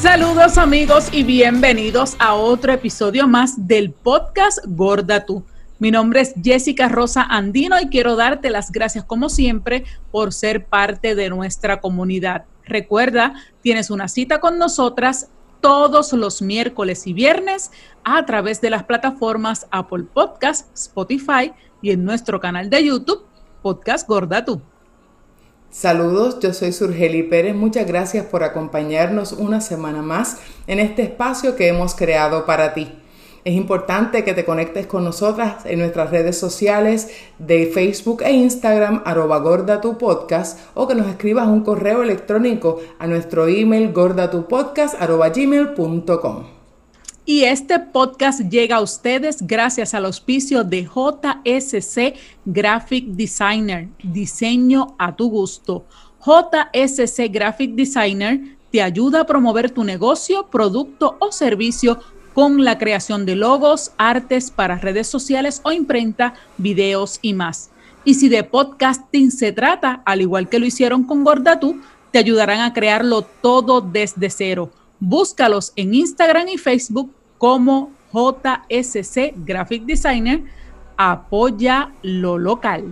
Saludos amigos y bienvenidos a otro episodio más del podcast Gorda Tú. Mi nombre es Jessica Rosa Andino y quiero darte las gracias como siempre por ser parte de nuestra comunidad. Recuerda, tienes una cita con nosotras todos los miércoles y viernes a través de las plataformas Apple Podcast, Spotify y en nuestro canal de YouTube, Podcast Gorda Tú. Saludos, yo soy Surgeli Pérez. Muchas gracias por acompañarnos una semana más en este espacio que hemos creado para ti. Es importante que te conectes con nosotras en nuestras redes sociales de Facebook e Instagram, @gordatupodcast, o que nos escribas un correo electrónico a nuestro email gordatupodcast@gmail.com. Y este podcast llega a ustedes gracias al auspicio de JSC Graphic Designer, diseño a tu gusto. JSC Graphic Designer te ayuda a promover tu negocio, producto o servicio con la creación de logos, artes para redes sociales o imprenta, videos y más. Y si de podcasting se trata, al igual que lo hicieron con Gorda Tú, te ayudarán a crearlo todo desde cero. Búscalos en Instagram y Facebook como JSC Graphic Designer. Apoya lo local.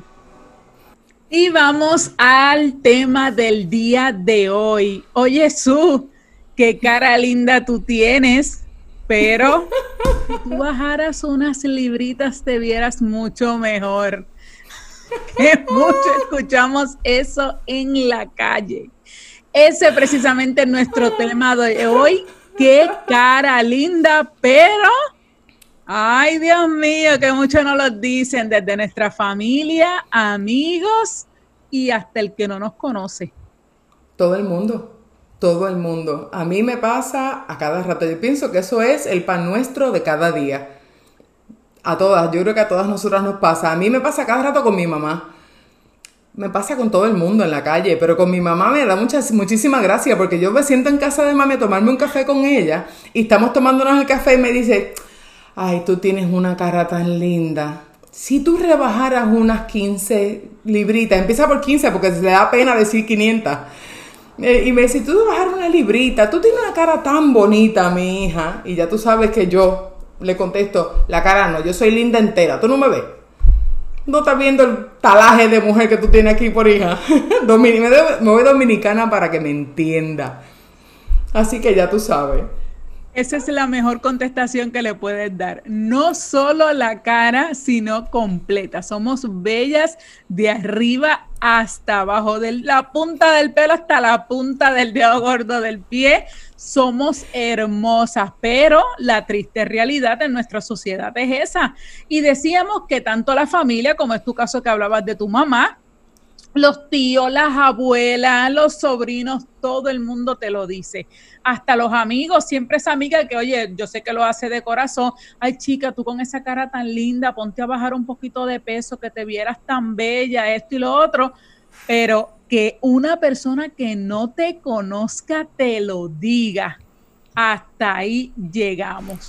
Y vamos al tema del día de hoy. Oye, Su, qué cara linda tú tienes, pero si tú bajaras unas libritas te vieras mucho mejor. Que mucho escuchamos eso en la calle. Ese precisamente es nuestro tema de hoy. Qué cara linda, pero, ay Dios mío, que muchos nos lo dicen desde nuestra familia, amigos y hasta el que no nos conoce. Todo el mundo. A mí me pasa a cada rato. Yo pienso que eso es el pan nuestro de cada día. A todas, yo creo que a todas nosotras nos pasa. A mí me pasa cada rato con mi mamá. Me pasa con todo el mundo en la calle, pero con mi mamá me da muchísima gracia porque yo me siento en casa de mami a tomarme un café con ella y estamos tomándonos el café y me dice, ay, tú tienes una cara tan linda. Si tú rebajaras unas 15 libritas, empieza por 15 porque se le da pena decir 500. Y me dice, tú rebajar una librita, tú tienes una cara tan bonita, mi hija. Y ya tú sabes que yo le contesto, la cara no, yo soy linda entera, tú no me ves. No estás viendo el talaje de mujer que tú tienes aquí por hija. Me voy dominicana para que me entienda. Así que ya tú sabes. Esa es la mejor contestación que le puedes dar. No solo la cara, sino completa. Somos bellas de arriba hasta abajo, de la punta del pelo hasta la punta del dedo gordo del pie. Somos hermosas, pero la triste realidad en nuestra sociedad es esa. Y decíamos que tanto la familia, como es tu caso que hablabas de tu mamá, los tíos, las abuelas, los sobrinos, todo el mundo te lo dice. Hasta los amigos, siempre esa amiga que, oye, yo sé que lo hace de corazón. Ay, chica, tú con esa cara tan linda, ponte a bajar un poquito de peso, que te vieras tan bella, esto y lo otro. Pero que una persona que no te conozca te lo diga. Hasta ahí llegamos.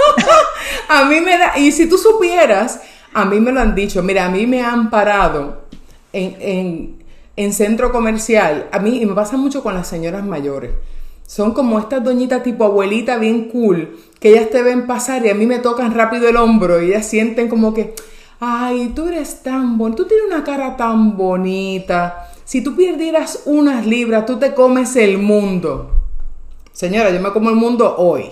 A mí me da, y si tú supieras, a mí me lo han dicho, mira, a mí me han parado en centro comercial, a mí, y me pasa mucho con las señoras mayores, son como estas doñitas tipo abuelita bien cool, que ellas te ven pasar y a mí me tocan rápido el hombro y ellas sienten como que, ay, tú eres tan bonita, tú tienes una cara tan bonita, si tú perdieras unas libras, tú te comes el mundo. Señora, yo me como el mundo hoy.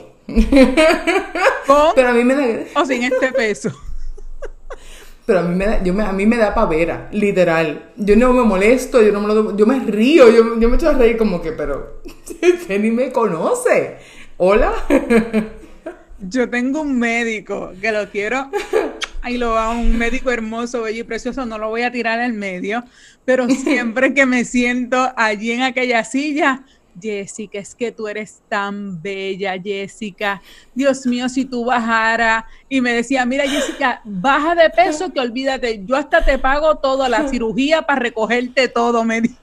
¿Con pero a mí me da, o sin este peso? Pero a mí me da pavera, literal. Yo no me molesto, yo me río, yo me echo a reír como que, pero usted ni me conoce. ¿Hola? Yo tengo un médico que lo quiero, ahí lo va, un médico hermoso, bello y precioso, no lo voy a tirar al medio, pero siempre que me siento allí en aquella silla, Jessica, es que tú eres tan bella, Jessica. Dios mío, si tú bajaras. Y me decía, mira, Jessica, baja de peso que olvídate, yo hasta te pago toda la cirugía para recogerte todo, me dice.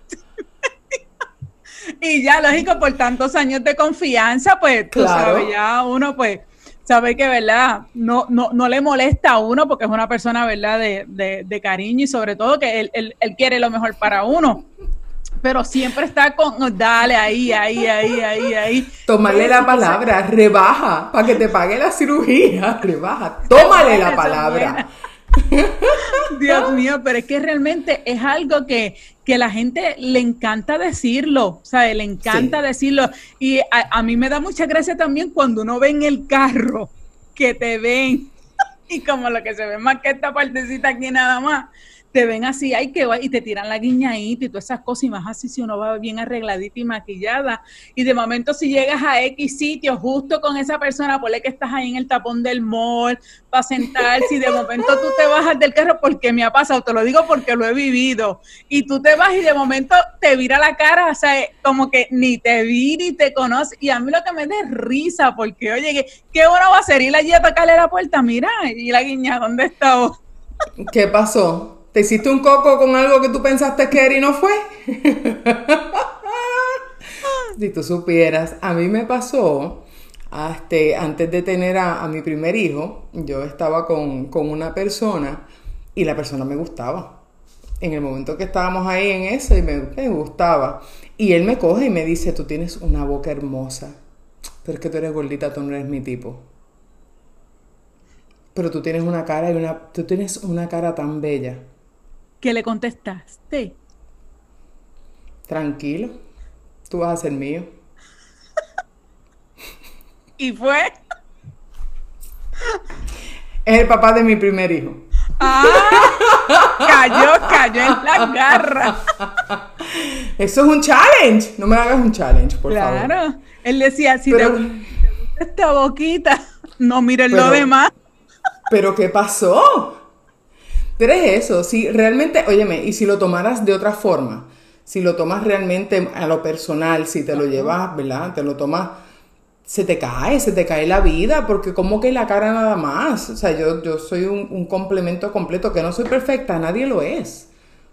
Y ya, lógico, por tantos años de confianza, pues, tú sabes, ya uno, pues, sabe que, ¿verdad? No le molesta a uno porque es una persona, ¿verdad? De cariño y sobre todo que él quiere lo mejor para uno. pero siempre está con, dale, ahí. Tómale la palabra, rebaja, para que te pague la cirugía, rebaja, tómale la palabra. Dios mío, pero es que realmente es algo que la gente le encanta decirlo, ¿sabes? Le encanta decirlo. Y a mí me da mucha gracia también cuando uno ve en el carro que te ven, y como lo que se ve más que esta partecita aquí nada más, te ven así, ay, que va, y te tiran la guiñadita y todas esas cosas, y más así si uno va bien arregladita y maquillada, y de momento si llegas a X sitio justo con esa persona, ponle que estás ahí en el tapón del mall, para sentarse, y de momento tú te bajas del carro, porque me ha pasado, te lo digo porque lo he vivido, y tú te vas y de momento te vira la cara, o sea, como que ni te vi ni te conoce, y a mí lo que me da es risa, porque oye, ¿qué hora va a ser? Ir allí a tocarle la puerta, mira, y la guiña, ¿dónde está? ¿Qué pasó? ¿Te hiciste un coco con algo que tú pensaste que era y no fue? Si tú supieras, a mí me pasó, antes de tener a mi primer hijo, yo estaba con una persona y la persona me gustaba. En el momento que estábamos ahí en eso, y me gustaba. Y él me coge y me dice, tú tienes una boca hermosa, pero es que tú eres gordita, tú no eres mi tipo. Pero tú tienes una cara tú tienes una cara tan bella. ¿Qué le contestaste? Tranquilo, tú vas a ser mío. ¿Y fue? Es el papá de mi primer hijo. Cayó en la garra. Eso es un challenge. No me hagas un challenge, por favor. Claro. Él decía, si te gusta esta boquita, no mires lo demás. ¿Pero qué pasó? Pero es eso, si realmente, óyeme, y si lo tomaras de otra forma, si lo tomas realmente a lo personal, si te lo llevas, ¿verdad? Te lo tomas, se te cae la vida, porque como que la cara nada más, o sea, yo soy un complemento completo, que no soy perfecta, nadie lo es.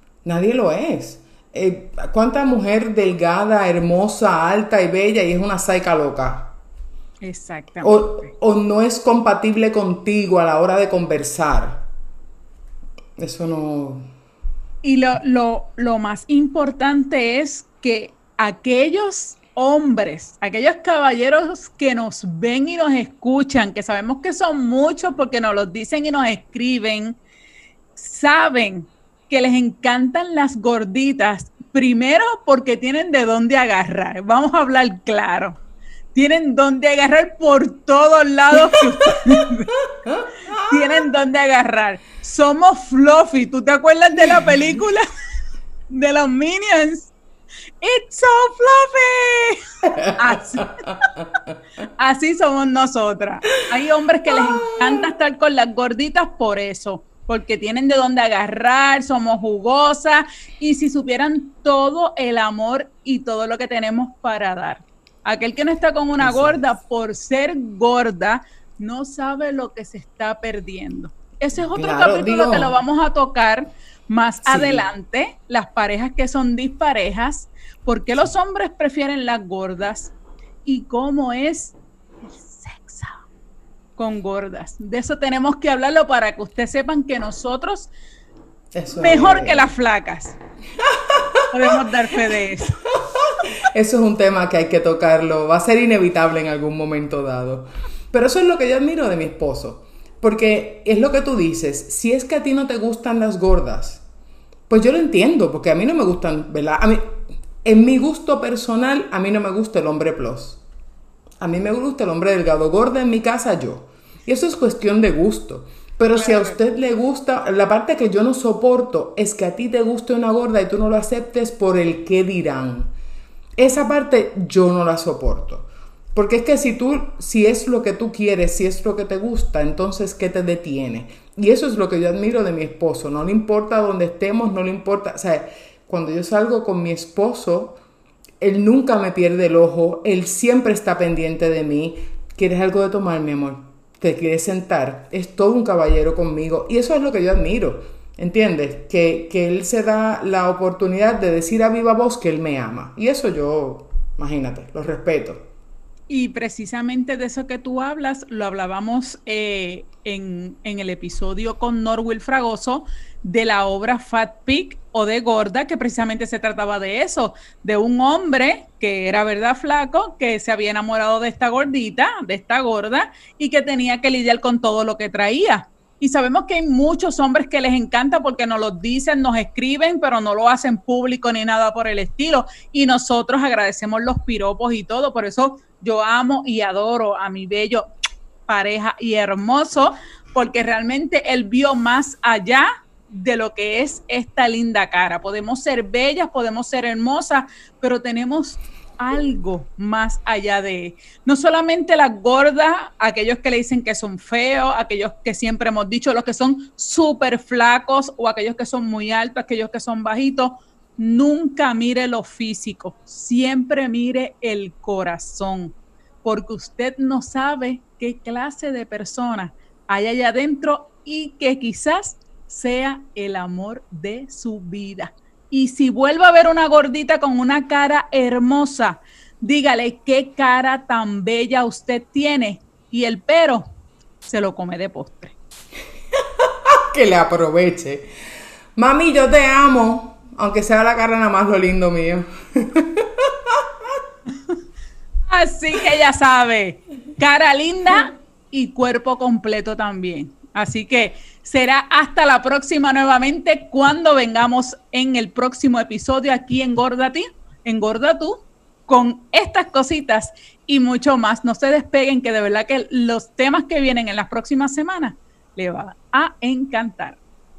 ¿Cuánta mujer delgada, hermosa, alta y bella y es una saica loca? Exactamente. O no es compatible contigo a la hora de conversar. Eso no... Y lo más importante es que aquellos hombres, aquellos caballeros que nos ven y nos escuchan, que sabemos que son muchos porque nos los dicen y nos escriben, saben que les encantan las gorditas, primero porque tienen de dónde agarrar, vamos a hablar claro. Tienen donde agarrar por todos lados que ustedes tienen donde agarrar. Somos fluffy. ¿Tú te acuerdas de la película de los Minions? It's so fluffy. Así somos nosotras. Hay hombres que les encanta estar con las gorditas por eso, porque tienen de dónde agarrar, somos jugosas, y si supieran todo el amor y todo lo que tenemos para dar. Aquel que no está con una gorda por ser gorda no sabe lo que se está perdiendo. Ese es otro capítulo que lo vamos a tocar más adelante, las parejas que son disparejas, por qué los hombres prefieren las gordas y cómo es el sexo con gordas. De eso tenemos que hablarlo para que ustedes sepan que nosotros mejor que las flacas. Podemos dar fe de eso. Eso es un tema que hay que tocarlo, va a ser inevitable en algún momento dado. Pero eso es lo que yo admiro de mi esposo, porque es lo que tú dices, si es que a ti no te gustan las gordas, pues yo lo entiendo, porque a mí no me gustan, ¿verdad? En mi gusto personal, a mí no me gusta el hombre plus. A mí me gusta el hombre delgado, gorda en mi casa yo. Y eso es cuestión de gusto. Pero si a usted le gusta, la parte que yo no soporto es que a ti te guste una gorda y tú no lo aceptes por el qué dirán. Esa parte yo no la soporto. Porque es que si es lo que tú quieres, si es lo que te gusta, entonces ¿qué te detiene? Y eso es lo que yo admiro de mi esposo. No le importa dónde estemos, no le importa. O sea, cuando yo salgo con mi esposo, él nunca me pierde el ojo, él siempre está pendiente de mí. ¿Quieres algo de tomar, mi amor? ¿Te quieres sentar? Es todo un caballero conmigo. Y eso es lo que yo admiro. ¿Entiendes? Que él se da la oportunidad de decir a viva voz que él me ama. Y eso yo, imagínate, lo respeto. Y precisamente de eso que tú hablas, lo hablábamos en el episodio con Norwil Fragoso de la obra Fat Pig o de Gorda, que precisamente se trataba de eso, de un hombre que era, verdad, flaco, que se había enamorado de esta gordita, de esta gorda, y que tenía que lidiar con todo lo que traía. Y sabemos que hay muchos hombres que les encanta porque nos lo dicen, nos escriben, pero no lo hacen público ni nada por el estilo. Y nosotros agradecemos los piropos y todo. Por eso yo amo y adoro a mi bello pareja y hermoso, porque realmente él vio más allá de lo que es esta linda cara. Podemos ser bellas, podemos ser hermosas, pero tenemos algo más allá de, no solamente las gordas, aquellos que le dicen que son feos, aquellos que siempre hemos dicho, los que son súper flacos o aquellos que son muy altos, aquellos que son bajitos. Nunca mire lo físico, siempre mire el corazón, porque usted no sabe qué clase de persona hay allá adentro y que quizás sea el amor de su vida. Y si vuelve a ver una gordita con una cara hermosa, dígale qué cara tan bella usted tiene y el pero se lo come de postre. Que le aproveche. Mami, yo te amo, aunque sea la cara nada más lo lindo mío. Así que ya sabe, cara linda y cuerpo completo también. Así que será hasta la próxima nuevamente cuando vengamos en el próximo episodio aquí en Engorda Tú, con estas cositas y mucho más. No se despeguen, que de verdad que los temas que vienen en las próximas semanas les va a encantar.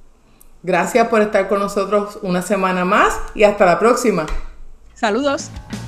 Gracias por estar con nosotros una semana más y hasta la próxima. Saludos.